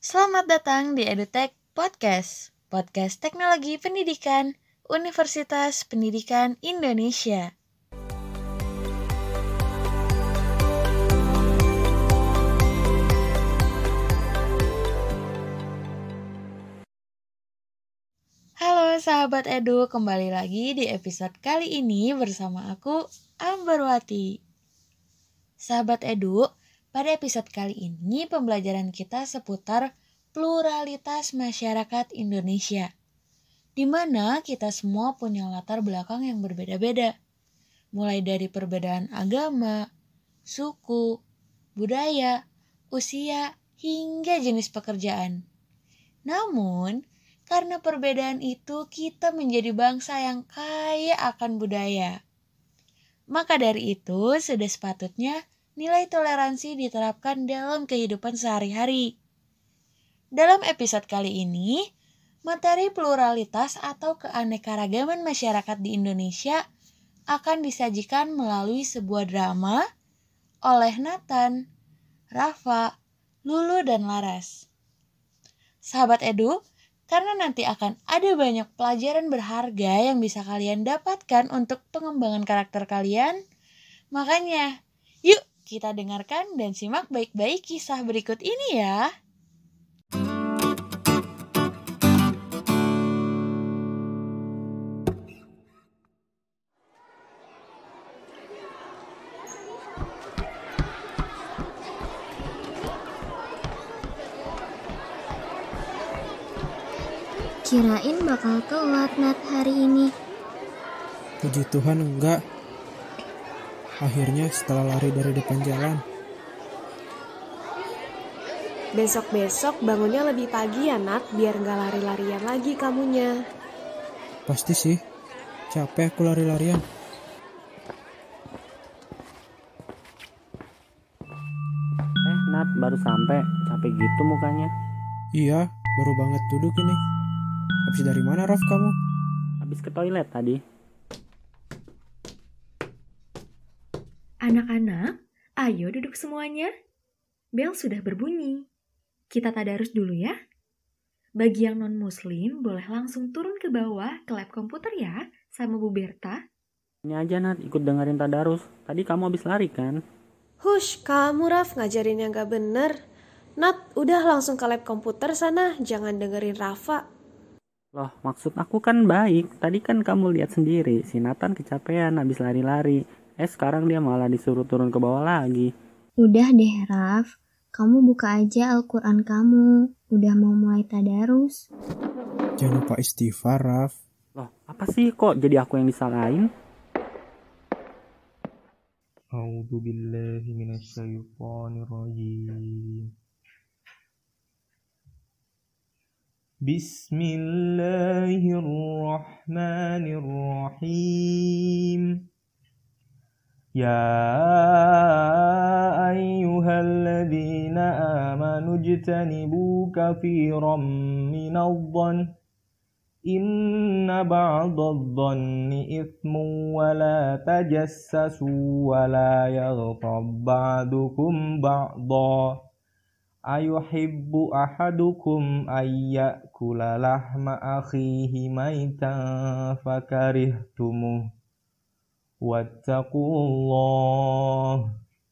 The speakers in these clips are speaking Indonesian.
Selamat datang di EduTech Podcast, podcast teknologi pendidikan Universitas Pendidikan Indonesia. Halo sahabat Edu, kembali lagi di episode kali ini bersama aku, Amberwati. Sahabat Edu, pada episode kali ini pembelajaran kita seputar pluralitas masyarakat Indonesia, di mana kita semua punya latar belakang yang berbeda-beda, mulai dari perbedaan agama, suku, budaya, usia, hingga jenis pekerjaan. Namun, karena perbedaan itu kita menjadi bangsa yang kaya akan budaya. Maka dari itu, sudah sepatutnya nilai toleransi diterapkan dalam kehidupan sehari-hari. Dalam episode kali ini, materi pluralitas atau keanekaragaman masyarakat di Indonesia akan disajikan melalui sebuah drama oleh Nathan, Rafa, Lulu, dan Laras. Sahabat Edu, karena nanti akan ada banyak pelajaran berharga yang bisa kalian dapatkan untuk pengembangan karakter kalian, makanya yuk kita dengarkan dan simak baik-baik kisah berikut ini ya. Kirain bakal telat Nat hari ini. Puji Tuhan enggak. Akhirnya setelah lari dari depan jalan. Besok-besok bangunnya lebih pagi ya Nat, biar gak lari-larian lagi kamunya. Pasti sih, capek aku lari-larian. Nat, baru sampai, capek gitu mukanya. Iya, baru banget duduk ini. Habis dari mana Raf kamu? Habis ke toilet tadi. Anak-anak, ayo duduk semuanya. Bel sudah berbunyi. Kita tadarus dulu ya. Bagi yang non-muslim, boleh langsung turun ke bawah ke lab komputer ya, sama Bu Berta. Ini aja Nat, ikut dengerin tadarus. Tadi kamu habis lari kan? Hush, kamu Raf ngajarin yang gak bener. Nat, udah langsung ke lab komputer sana, jangan dengerin Rafa. Loh, maksud aku kan baik. Tadi kan kamu lihat sendiri, si Nathan kecapean habis lari-lari. Sekarang dia malah disuruh turun ke bawah lagi. Udah deh Raf, kamu buka aja Al-Quran kamu. Udah mau mulai tadarus. Jangan lupa istighfar Raf. Loh, apa sih kok jadi aku yang disalahin? A'udzu billahi minasyaitonir rajim. Bismillahirrahmanirrahim. Ya ayyuhalladzina amanu ijtanibu katsiran minadh-dhanni inna ba'dadh-dhanni ithmun wa la tajassasu wa la yaghtab ba'dukum ba'dha ayuhibbu ahadukum ayyakula lahma akhihi maitan fakarihtumuh wattaqullah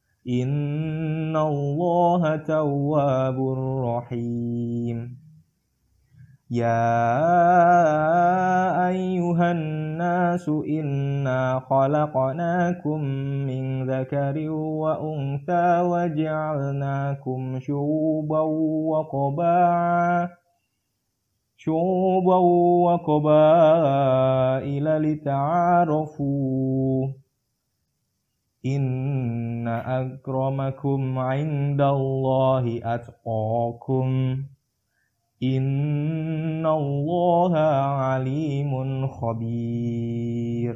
innallaha tawwabur rahim. Ya ayyuhan nasu inna khalaqnakum min dzakarin wa untha wa ja'alnakum syu'uban wa qabaila lita'arafu inna akramakum 'indallahi atqakum innallaha alimun khabir.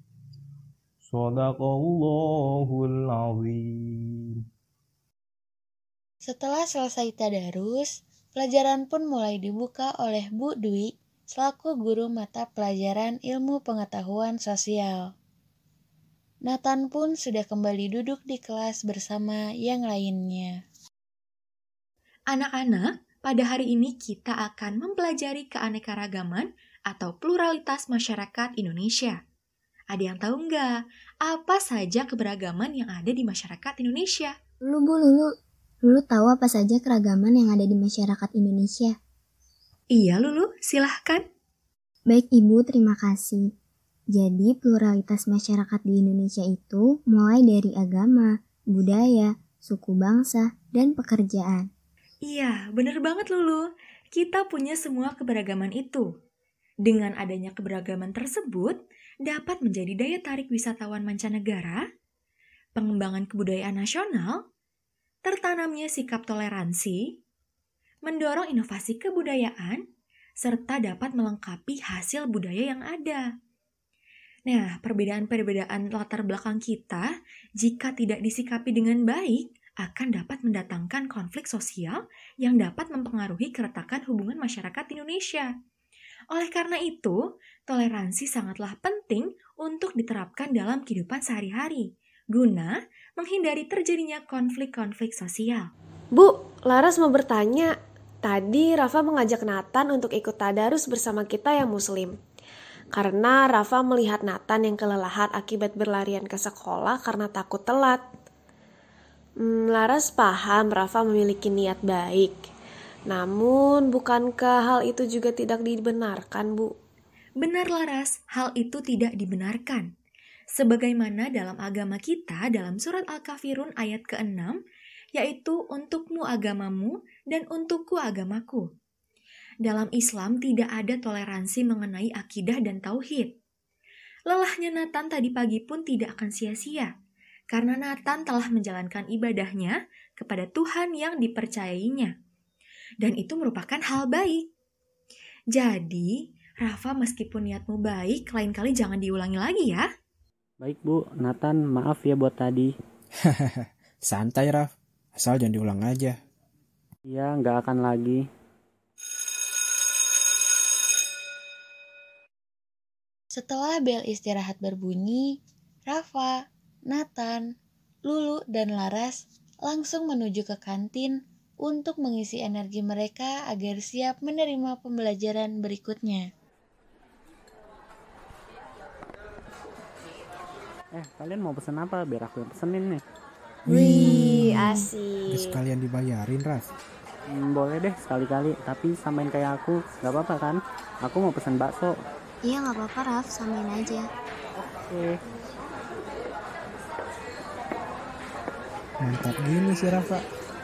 Shadaqallahul azim. Setelah selesai tadarus, pelajaran pun mulai dibuka oleh Bu Dwi selaku guru mata pelajaran ilmu pengetahuan sosial. Nathan pun sudah kembali duduk di kelas bersama yang lainnya. Anak-anak, pada hari ini kita akan mempelajari keanekaragaman atau pluralitas masyarakat Indonesia. Ada yang tahu nggak apa saja keberagaman yang ada di masyarakat Indonesia? Lulu tahu apa saja keragaman yang ada di masyarakat Indonesia? Iya, Lulu, silahkan. Baik Ibu, terima kasih. Jadi pluralitas masyarakat di Indonesia itu mulai dari agama, budaya, suku bangsa, dan pekerjaan. Iya, bener banget Lulu. Kita punya semua keberagaman itu. Dengan adanya keberagaman tersebut, dapat menjadi daya tarik wisatawan mancanegara, pengembangan kebudayaan nasional, tertanamnya sikap toleransi, mendorong inovasi kebudayaan, serta dapat melengkapi hasil budaya yang ada. Nah, perbedaan-perbedaan latar belakang kita, jika tidak disikapi dengan baik, akan dapat mendatangkan konflik sosial yang dapat mempengaruhi keretakan hubungan masyarakat Indonesia. Oleh karena itu, toleransi sangatlah penting untuk diterapkan dalam kehidupan sehari-hari, guna menghindari terjadinya konflik-konflik sosial. Bu, Laras mau bertanya. Tadi Rafa mengajak Nathan untuk ikut tadarus bersama kita yang muslim. Karena Rafa melihat Nathan yang kelelahan akibat berlarian ke sekolah karena takut telat. Laras paham Rafa memiliki niat baik. Namun, bukankah hal itu juga tidak dibenarkan, Bu? Benar Laras, hal itu tidak dibenarkan. Sebagaimana dalam agama kita dalam surat Al-Kafirun ayat ke-6, yaitu untukmu agamamu dan untukku agamaku. Dalam Islam tidak ada toleransi mengenai akidah dan tauhid. Lelahnya Nathan tadi pagi pun tidak akan sia-sia, karena Nathan telah menjalankan ibadahnya kepada Tuhan yang dipercayainya. Dan itu merupakan hal baik. Jadi, Rafa meskipun niatmu baik, lain kali jangan diulangi lagi ya. Baik Bu, Nathan maaf ya buat tadi. Santai Raf, asal jangan diulang aja. Iya, nggak akan lagi. Setelah bel istirahat berbunyi, Rafa, Nathan, Lulu, dan Laras langsung menuju ke kantin untuk mengisi energi mereka agar siap menerima pembelajaran berikutnya. Kalian mau pesen apa? Biar aku yang pesenin nih. Wih, Udah asik. sekalian dibayarin Raf. Boleh deh sekali-kali, tapi samain kayak aku, nggak apa-apa kan? Aku mau pesen bakso. Iya nggak apa-apa Raf, samain aja. Oke. Mantap gini sih Rafa.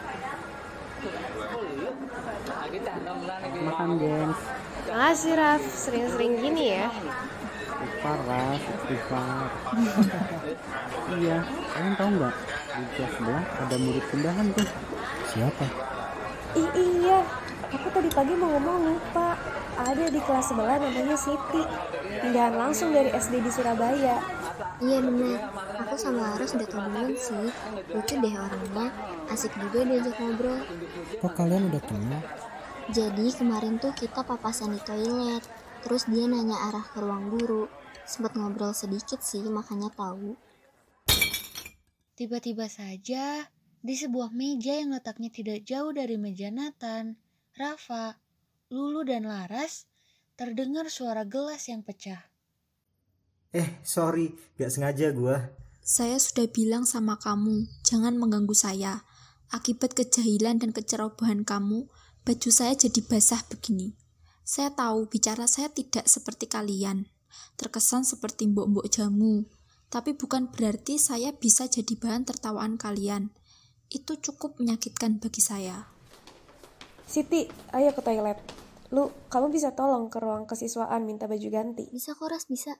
Makan gengs. Makasih Raf, sering-sering gini ya. Istighfar Ras, istighfar. Iya, kalian tahu nggak? Di kelas sebelah ada murid pindahan tuh. Siapa? Iya, aku tadi pagi mau ngomong lupa. Ada di kelas sebelah namanya Siti. Pindahan langsung dari SD di Surabaya. Iya benar, aku sama Laras udah tau duluan sih. Lucu deh orangnya, asik juga diajak ngobrol. Kok kalian udah kenal? Jadi kemarin tuh kita papasan di toilet. Terus dia nanya arah ke ruang guru. Sempet ngobrol sedikit sih, makanya tahu. Tiba-tiba saja, di sebuah meja yang letaknya tidak jauh dari meja Nathan, Rafa, Lulu, dan Laras, terdengar suara gelas yang pecah. Sorry, gak sengaja gua. Saya sudah bilang sama kamu, jangan mengganggu saya. Akibat kejahilan dan kecerobohan kamu, baju saya jadi basah begini. Saya tahu bicara saya tidak seperti kalian, terkesan seperti mbok-mbok jamu. Tapi bukan berarti saya bisa jadi bahan tertawaan kalian. Itu cukup menyakitkan bagi saya. Siti, ayo ke toilet. Lu, kamu bisa tolong ke ruang kesiswaan minta baju ganti. Bisa kok Ras, bisa.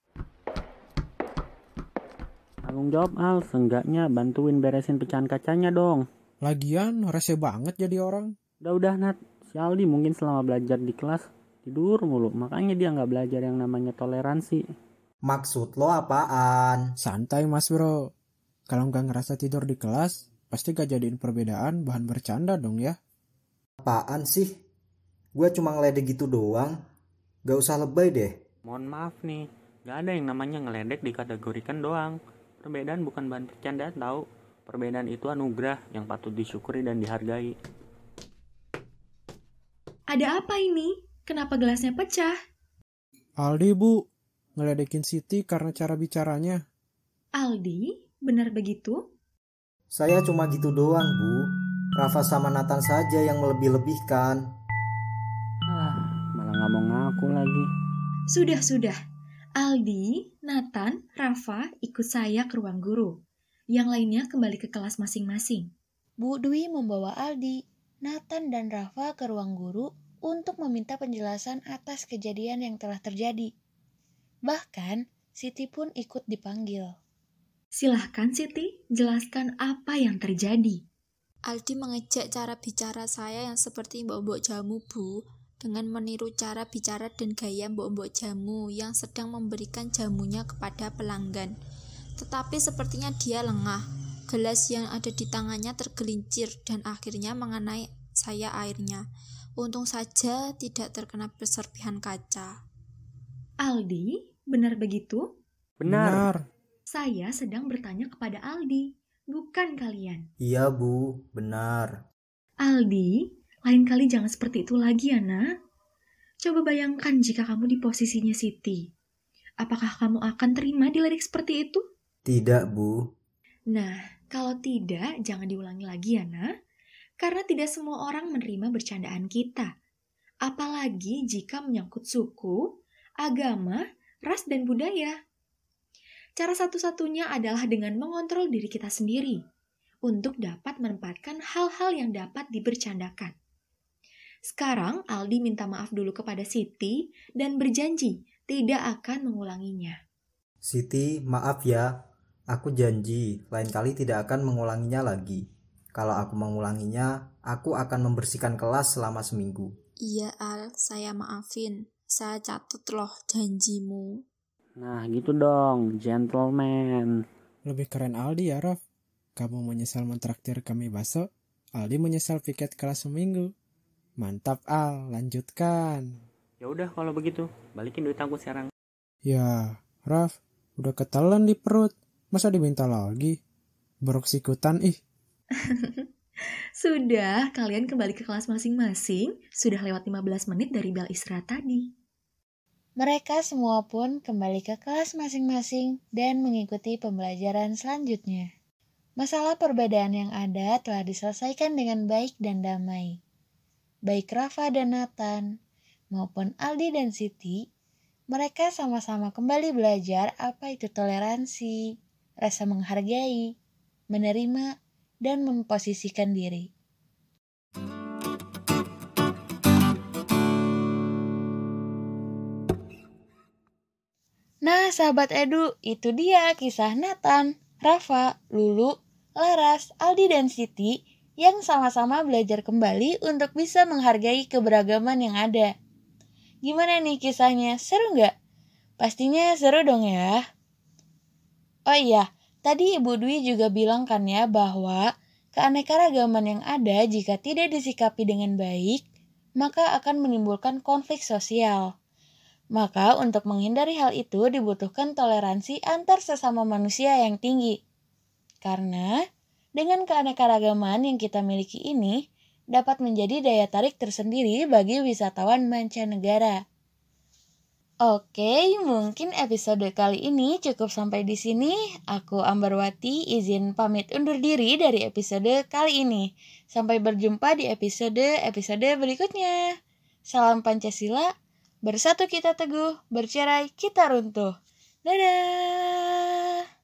Tanggung jawab Al, seenggaknya bantuin beresin pecahan kacanya dong. Lagian rese banget jadi orang. Udah Nat, si Aldi mungkin selama belajar di kelas tidur mulu, makanya dia nggak belajar yang namanya toleransi. Maksud lo apaan? Santai mas bro. Kalau nggak ngerasa tidur di kelas, pasti gak jadiin perbedaan bahan bercanda dong ya. Apaan sih? Gue cuma ngeledek gitu doang. Gak usah lebay deh. Mohon maaf nih, nggak ada yang namanya ngeledek dikategorikan doang. Perbedaan bukan bahan bercandaan tahu. Perbedaan itu anugerah yang patut disyukuri dan dihargai. Ada apa ini? Kenapa gelasnya pecah? Aldi, Bu. Ngeledekin Siti karena cara bicaranya. Aldi, benar begitu? Saya cuma gitu doang, Bu. Rafa sama Nathan saja yang melebih-lebihkan. Malah nggak mau ngaku lagi. Sudah. Aldi, Nathan, Rafa ikut saya ke ruang guru. Yang lainnya kembali ke kelas masing-masing. Bu Dwi membawa Aldi, Nathan, dan Rafa ke ruang guru untuk meminta penjelasan atas kejadian yang telah terjadi. Bahkan, Siti pun ikut dipanggil. Silahkan Siti, jelaskan apa yang terjadi. Aldi mengejek cara bicara saya yang seperti mbok-mbok jamu, Bu, dengan meniru cara bicara dan gaya mbok-mbok jamu yang sedang memberikan jamunya kepada pelanggan. Tetapi sepertinya dia lengah. Gelas yang ada di tangannya tergelincir dan akhirnya mengenai saya airnya. Untung saja tidak terkena serpihan kaca. Aldi, benar begitu? Benar. Saya sedang bertanya kepada Aldi, bukan kalian. Iya, Bu, benar. Aldi, lain kali jangan seperti itu lagi ya, nak. Coba bayangkan jika kamu di posisinya Siti. Apakah kamu akan terima dilirik seperti itu? Tidak, Bu. Nah, kalau tidak, jangan diulangi lagi ya, nak. Karena tidak semua orang menerima bercandaan kita. Apalagi jika menyangkut suku, agama, ras, dan budaya. Cara satu-satunya adalah dengan mengontrol diri kita sendiri untuk dapat menempatkan hal-hal yang dapat dibercandakan. Sekarang Aldi minta maaf dulu kepada Siti dan berjanji tidak akan mengulanginya. Siti, maaf ya. Aku janji lain kali tidak akan mengulanginya lagi. Kalau aku mengulanginya, aku akan membersihkan kelas selama seminggu. Iya, Al, saya maafin. Saya catat loh janjimu. Nah gitu dong, gentleman. Lebih keren Aldi ya, Raf. Kamu menyesal mentraktir kami bakso, Aldi menyesal piket kelas seminggu. Mantap, Al, lanjutkan. Ya udah kalau begitu, balikin duit aku sekarang. Ya, Raf, udah ketelan di perut. Masa diminta lagi? Beroksikutan ih. Sudah, kalian kembali ke kelas masing-masing. Sudah lewat 15 menit dari bel istirahat tadi. Mereka semua pun kembali ke kelas masing-masing dan mengikuti pembelajaran selanjutnya. Masalah perbedaan yang ada telah diselesaikan dengan baik dan damai. Baik Rafa dan Nathan, maupun Aldi dan Siti, mereka sama-sama kembali belajar apa itu toleransi, rasa menghargai, menerima, dan memposisikan diri. Nah, sahabat Edu, itu dia kisah Nathan, Rafa, Lulu, Laras, Aldi, dan Siti yang sama-sama belajar kembali untuk bisa menghargai keberagaman yang ada. Gimana nih kisahnya? Seru nggak? Pastinya seru dong ya. Oh iya, tadi Ibu Dwi juga bilang kan ya bahwa keanekaragaman yang ada jika tidak disikapi dengan baik, maka akan menimbulkan konflik sosial. Maka untuk menghindari hal itu dibutuhkan toleransi antar sesama manusia yang tinggi. Karena dengan keanekaragaman yang kita miliki ini dapat menjadi daya tarik tersendiri bagi wisatawan mancanegara. Oke, mungkin episode kali ini cukup sampai di sini. Aku Ambarwati izin pamit undur diri dari episode kali ini. Sampai berjumpa di episode berikutnya. Salam Pancasila. Bersatu kita teguh, bercerai kita runtuh. Dadah!